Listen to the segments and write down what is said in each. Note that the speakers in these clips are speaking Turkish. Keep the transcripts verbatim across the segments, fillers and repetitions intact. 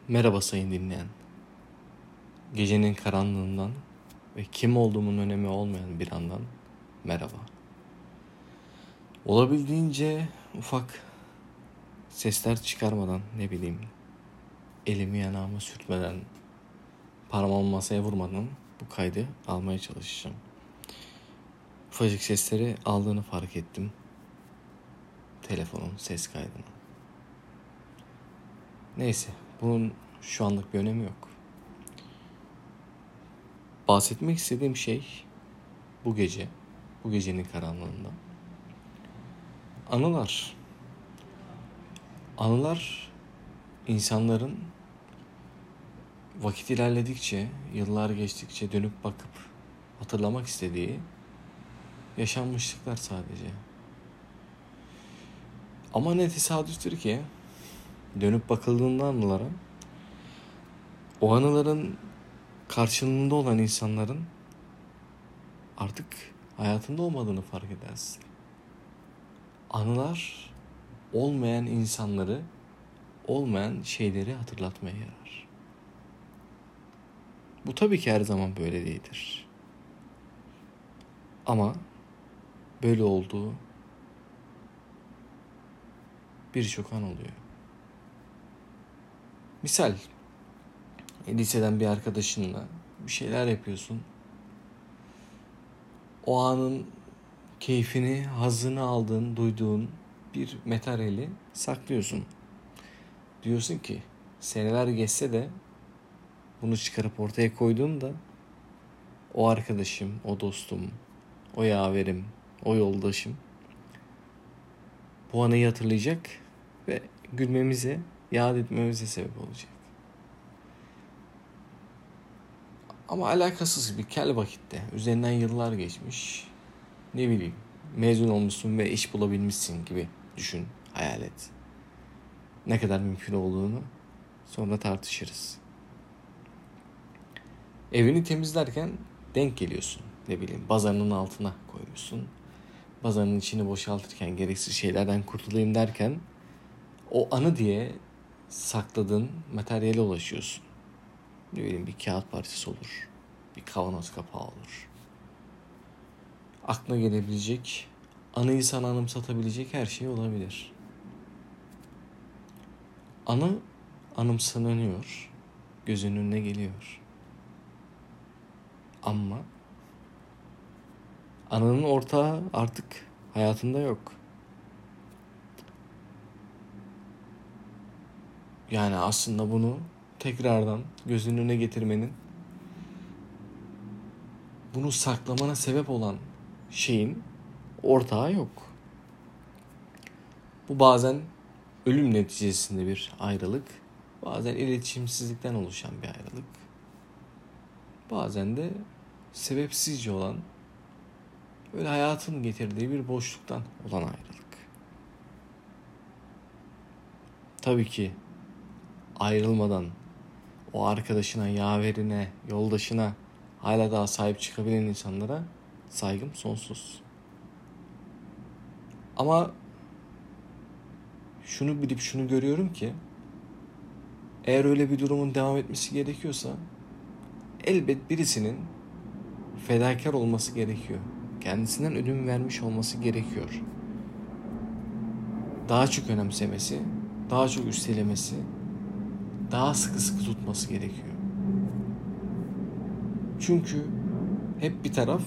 Merhaba sayın dinleyen. Gecenin karanlığından ve kim olduğumun önemi olmayan bir andan merhaba. Olabildiğince ufak sesler çıkarmadan, ne bileyim, elimi yanağıma sürtmeden, parmağımı masaya vurmadan bu kaydı almaya çalışacağım. Ufacık sesleri aldığını fark ettim. Telefonun ses kaydını. Neyse, bunun şu anlık bir önemi yok. Bahsetmek istediğim şey bu gece, bu gecenin karanlığında. Anılar. Anılar insanların vakit ilerledikçe, yıllar geçtikçe dönüp bakıp hatırlamak istediği yaşanmışlıklar sadece. Ama ne tesadüftür ki dönüp bakıldığında anılara, o anıların karşılığında olan insanların artık hayatında olmadığını fark edersin. Anılar olmayan insanları, olmayan şeyleri hatırlatmaya yarar. Bu tabii ki her zaman böyle değildir. Ama böyle olduğu birçok an oluyor. Misal, liseden bir arkadaşınla bir şeyler yapıyorsun. O anın keyfini, hazzını aldığın, duyduğun bir materyali saklıyorsun. Diyorsun ki seneler geçse de bunu çıkarıp ortaya koyduğumda o arkadaşım, o dostum, o yaverim, o yoldaşım bu anıyı hatırlayacak ve gülmemize, yad etmemize sebep olacak. Ama alakasız bir kel vakitte, üzerinden yıllar geçmiş, ne bileyim, mezun olmuşsun ve iş bulabilmişsin gibi düşün, hayal et. Ne kadar mümkün olduğunu sonra tartışırız. Evini temizlerken denk geliyorsun, ne bileyim, bazanın altına koyuyorsun. Bazanın içini boşaltırken, gereksiz şeylerden kurtulayım derken o anı diye sakladığın materyale ulaşıyorsun. Ne bileyim, bir kağıt parçası olur, bir kavanoz kapağı olur. Aklına gelebilecek, anıyı sana anımsatabilecek her şey olabilir. Anı anımsanıyor, gözünün önüne geliyor. Ama anının ortağı artık hayatında yok. Yani aslında bunu tekrardan gözünün önüne getirmenin, bunu saklamana sebep olan şeyin ortağı yok. Bu bazen ölüm neticesinde bir ayrılık, bazen iletişimsizlikten oluşan bir ayrılık, bazen de sebepsizce olan, böyle hayatın getirdiği bir boşluktan olan ayrılık. Tabii ki ayrılmadan o arkadaşına, yaverine, yoldaşına hala daha sahip çıkabilen insanlara saygım sonsuz. Ama şunu bilip şunu görüyorum ki eğer öyle bir durumun devam etmesi gerekiyorsa elbet birisinin fedakar olması gerekiyor. Kendisinden ödün vermiş olması gerekiyor. Daha çok önemsemesi, daha çok üstelemesi, daha sıkı sıkı tutması gerekiyor. Çünkü hep bir taraf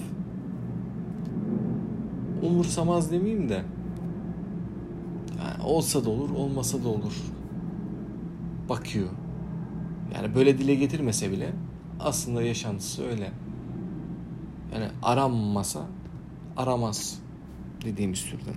umursamaz demeyeyim de, yani olsa da olur, olmasa da olur bakıyor. Yani böyle dile getirmese bile aslında yaşantısı öyle. Yani aranmasa aramaz dediğimiz türden.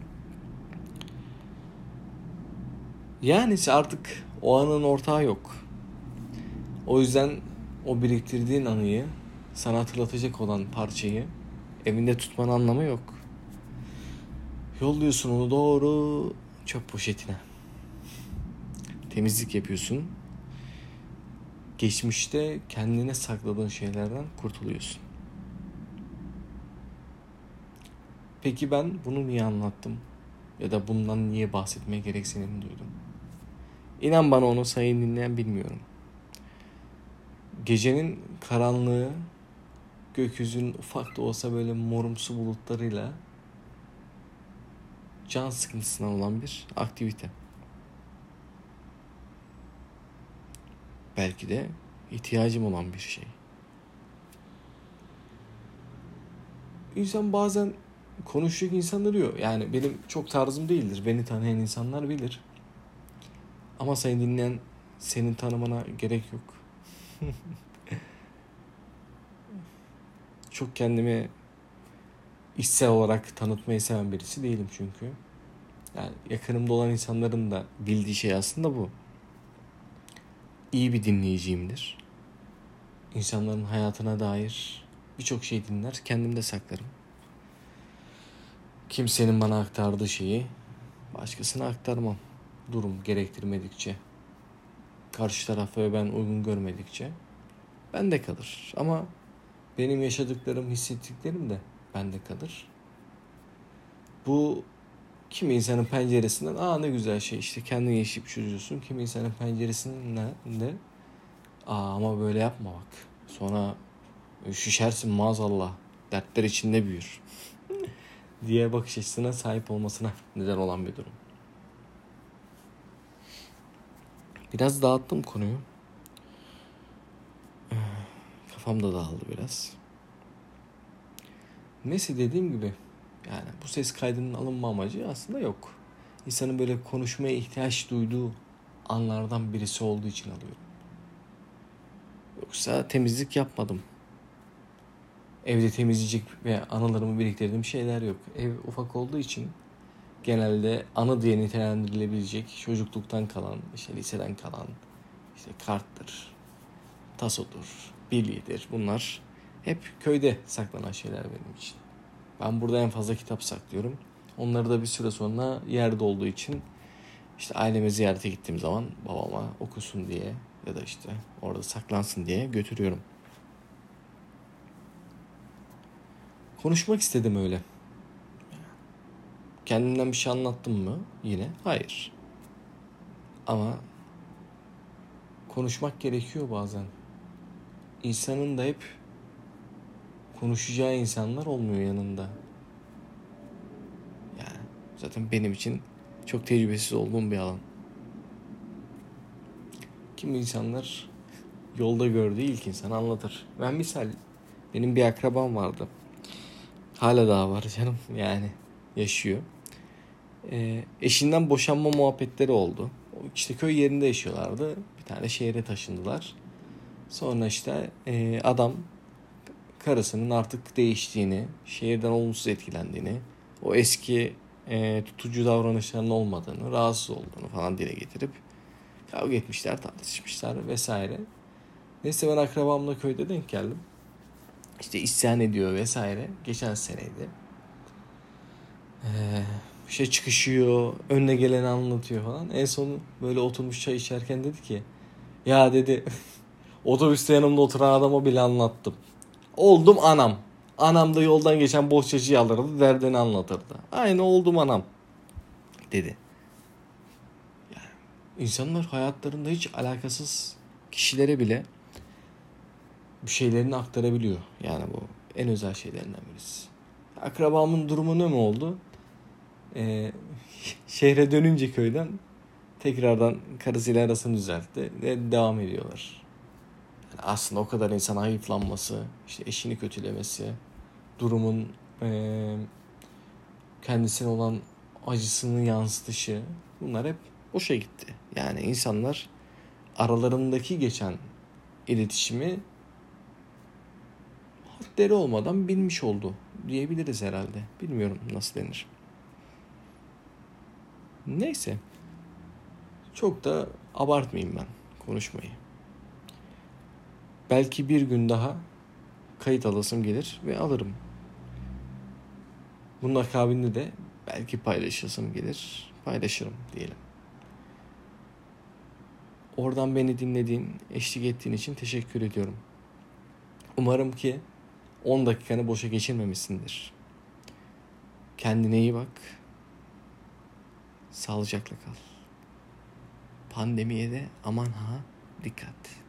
Yani artık o anın ortağı yok. O yüzden o biriktirdiğin anıyı, sana hatırlatacak olan parçayı evinde tutmanın anlamı yok. Yolluyorsun onu doğru çöp poşetine. Temizlik yapıyorsun. Geçmişte kendine sakladığın şeylerden kurtuluyorsun. Peki ben bunu niye anlattım? Ya da bundan niye bahsetmeye gereksinimi duydum? İnan bana onu sayın dinleyen bilmiyorum. Gecenin karanlığı, gökyüzünün ufak da olsa böyle morumsu bulutlarıyla can sıkıntısından olan bir aktivite. Belki de ihtiyacım olan bir şey. İnsan bazen konuşacak insan arıyor. Yani benim çok tarzım değildir. Beni tanıyan insanlar bilir. Ama seni dinleyen, senin tanımana gerek yok. Çok kendimi içsel olarak tanıtmayı seven birisi değilim çünkü. Yani yakınımda olan insanların da bildiği şey aslında bu. İyi bir dinleyiciyimdir. İnsanların hayatına dair birçok şey dinler, kendimde saklarım. Kimsenin bana aktardığı şeyi başkasına aktarmam. Durum gerektirmedikçe, karşı taraf ve ben uygun görmedikçe bende kalır. Ama benim yaşadıklarım, hissettiklerim de bende kalır. Bu kimi insanın penceresinden aa ne güzel şey işte kendini yaşayıp çözüyorsun. Kimi insanın penceresinden de aa ama böyle yapma bak. Sonra şişersin maazallah. Dertler içinde büyür. diye bakış açısına sahip olmasına neden olan bir durum. Biraz dağıttım konuyu. Kafam da dağıldı biraz. Neyse dediğim gibi yani bu ses kaydının alınma amacı aslında yok. İnsanın böyle konuşmaya ihtiyaç duyduğu anlardan birisi olduğu için alıyorum. Yoksa temizlik yapmadım. Evde temizleyecek ve anılarımı biriktirdiğim şeyler yok. Ev ufak olduğu için genelde anı diye nitelendirilebilecek çocukluktan kalan, işte liseden kalan, işte karttır, tasodur, bilyedir. Bunlar hep köyde saklanan şeyler benim için. Ben burada en fazla kitap saklıyorum. Onları da bir süre sonra yerde olduğu için işte aileme ziyarete gittiğim zaman babama okusun diye ya da işte orada saklansın diye götürüyorum. Konuşmak istedim öyle. Kendimden bir şey anlattım mı? Yine hayır. Ama konuşmak gerekiyor bazen. İnsanın da hep konuşacağı insanlar olmuyor yanında. Yani zaten benim için çok tecrübesiz olduğum bir alan. Kimi insanlar yolda gördüğü ilk insanı anlatır. Ben misal benim bir akrabam vardı. Hala daha var canım yani yaşıyor. Ee, eşinden boşanma muhabbetleri oldu. İşte köy yerinde yaşıyorlardı. Bir tane şehre taşındılar. Sonra işte e, adam karısının artık değiştiğini, şehirden olumsuz etkilendiğini, o eski e, tutucu davranışlarının olmadığını, rahatsız olduğunu falan dile getirip kavga etmişler, tartışmışlar vesaire. Neyse ben akrabamla köyde denk geldim. İşte isyan ediyor vesaire. Geçen seneydi. Ee, bir şey çıkışıyor, önüne geleni anlatıyor falan. En son böyle oturmuş çay içerken dedi ki ya dedi otobüste yanımda oturan adama bile anlattım. Oldum anam. Anam da yoldan geçen bohçacıyı alırdı, derdini anlatırdı. Aynı oldum anam dedi. Yani insanlar hayatlarında hiç alakasız kişilere bile bir şeylerini aktarabiliyor. Yani bu en özel şeylerinden birisi. Akrabamın durumu ne mi oldu? Ee, şehre dönünce köyden tekrardan karısıyla arasını düzeltti ve devam ediyorlar. Yani aslında o kadar insan hayıflanması, işte eşini kötülemesi, durumun e, kendisine olan acısını yansıtışı, bunlar hep boşa gitti. Yani insanlar aralarındaki geçen iletişimi hadleri olmadan bilmiş oldu diyebiliriz herhalde. Bilmiyorum nasıl denir. Neyse. Çok da abartmayayım ben konuşmayı. Belki bir gün daha kayıt alasım gelir ve alırım. Bunun akabinde de belki paylaşasım gelir, paylaşırım diyelim. Oradan beni dinlediğin, eşlik ettiğin için teşekkür ediyorum. Umarım ki on dakikanı boşa geçirmemişsindir. Kendine iyi bak. Sağlıcakla kal. Pandemiye de aman ha dikkat.